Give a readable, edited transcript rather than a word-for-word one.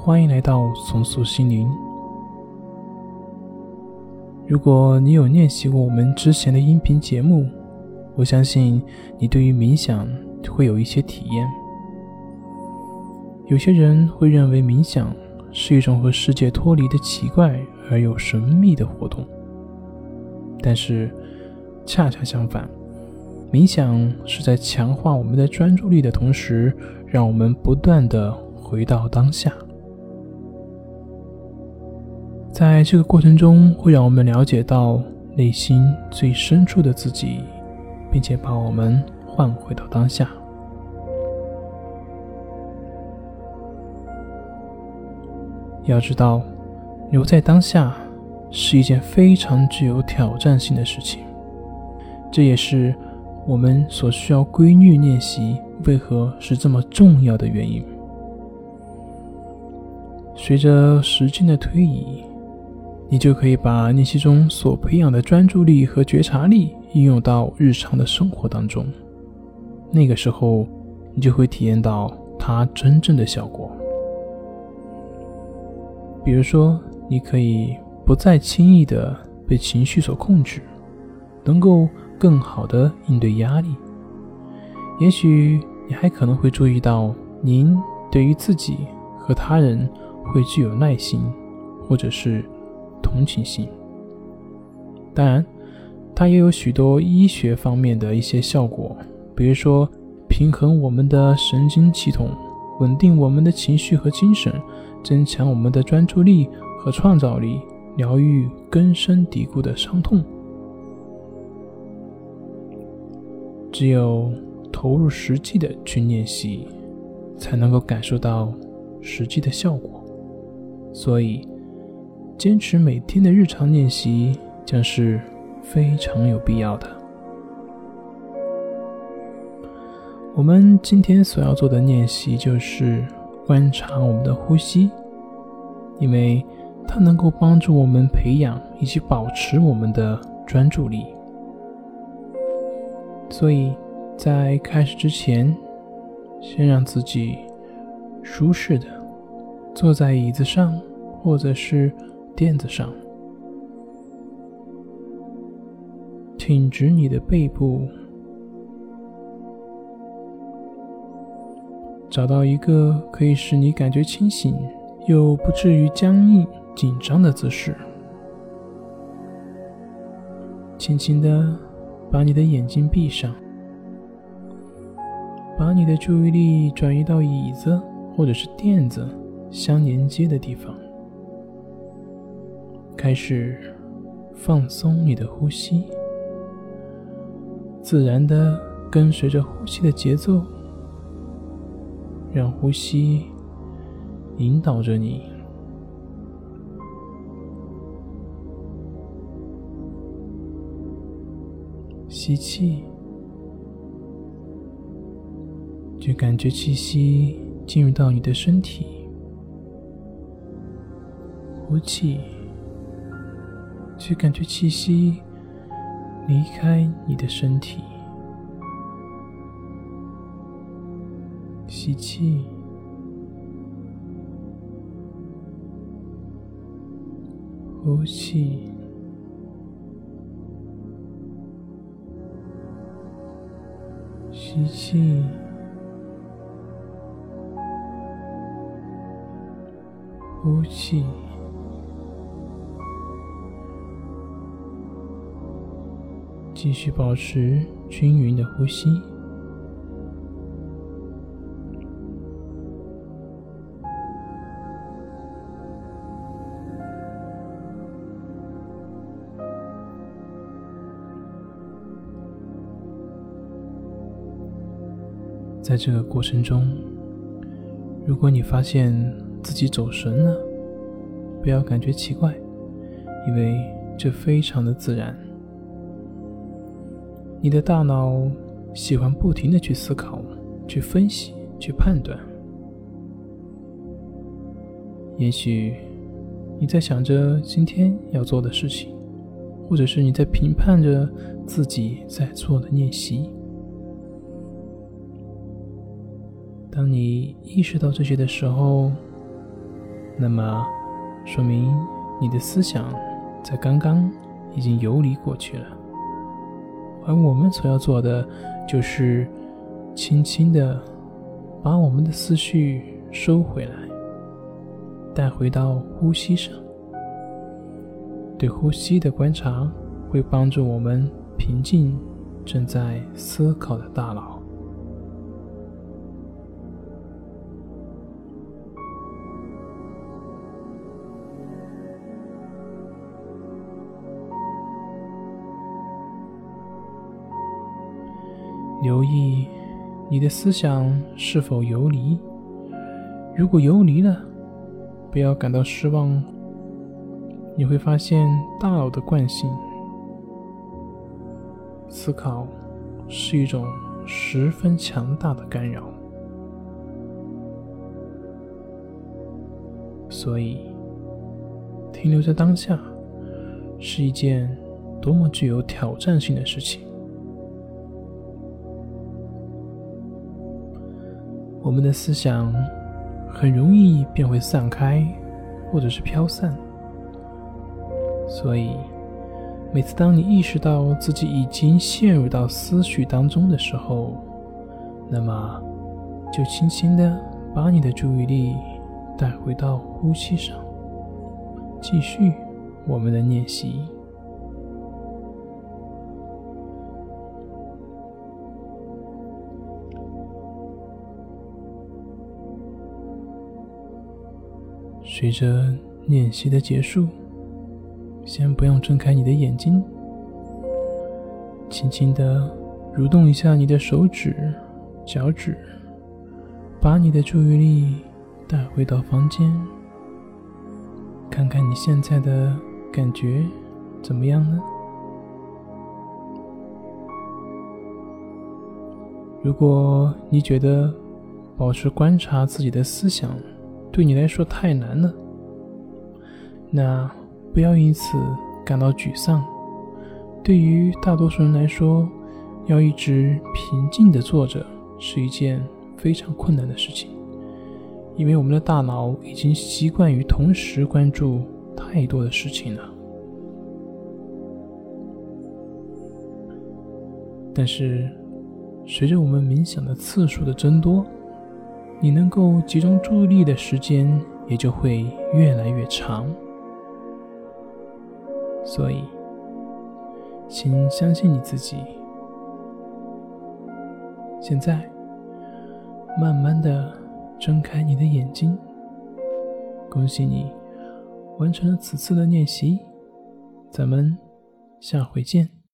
欢迎来到重塑心灵。如果你有练习过我们之前的音频节目，我相信你对于冥想会有一些体验。有些人会认为冥想是一种和世界脱离的奇怪而又神秘的活动，但是恰恰相反，冥想是在强化我们的专注力的同时，让我们不断地回到当下。在这个过程中，会让我们了解到内心最深处的自己，并且把我们换回到当下。要知道，留在当下是一件非常具有挑战性的事情，这也是我们所需要规律练习为何是这么重要的原因。随着时间的推移，你就可以把练习中所培养的专注力和觉察力应用到日常的生活当中，那个时候你就会体验到它真正的效果。比如说，你可以不再轻易地被情绪所控制，能够更好地应对压力。也许你还可能会注意到，您对于自己和他人会具有耐心，或者是同情心。当然，它也有许多医学方面的一些效果，比如说平衡我们的神经系统，稳定我们的情绪和精神，增强我们的专注力和创造力，疗愈根深蒂固的伤痛。只有投入实际的去练习，才能够感受到实际的效果。所以坚持每天的日常练习将是非常有必要的。我们今天所要做的练习就是观察我们的呼吸，因为它能够帮助我们培养以及保持我们的专注力。所以在开始之前，先让自己舒适的坐在椅子上或者是垫子上，挺直你的背部，找到一个可以使你感觉清醒又不至于僵硬紧张的姿势，轻轻地把你的眼睛闭上，把你的注意力转移到椅子或者是垫子相连接的地方，开始放松你的呼吸，自然地跟随着呼吸的节奏，让呼吸引导着你。吸气，就感觉气息进入到你的身体；呼气，就感觉气息离开你的身体。吸气，呼气，吸气，呼气。继续保持均匀的呼吸。在这个过程中，如果你发现自己走神了，不要感觉奇怪，因为这非常的自然。你的大脑喜欢不停地去思考、去分析、去判断。也许你在想着今天要做的事情，或者是你在评判着自己在做的练习。当你意识到这些的时候， 那么说明你的思想在刚刚已经游离过去了。而我们所要做的就是轻轻地把我们的思绪收回来，带回到呼吸上。对呼吸的观察会帮助我们平静正在思考的大脑。留意你的思想是否游离，如果游离了，不要感到失望，你会发现大脑的惯性，思考是一种十分强大的干扰，所以停留在当下是一件多么具有挑战性的事情。我们的思想很容易便会散开，或者是飘散，所以每次当你意识到自己已经陷入到思绪当中的时候，那么就轻轻地把你的注意力带回到呼吸上，继续我们的练习。随着练习的结束，先不用睁开你的眼睛，轻轻地蠕动一下你的手指、脚趾，把你的注意力带回到房间，看看你现在的感觉怎么样呢？如果你觉得保持观察自己的思想对你来说太难了，那不要因此感到沮丧。对于大多数人来说，要一直平静地坐着是一件非常困难的事情，因为我们的大脑已经习惯于同时关注太多的事情了。但是随着我们冥想的次数的增多，你能够集中注意力的时间也就会越来越长。所以请相信你自己。现在慢慢地睁开你的眼睛，恭喜你完成了此次的练习，咱们下回见。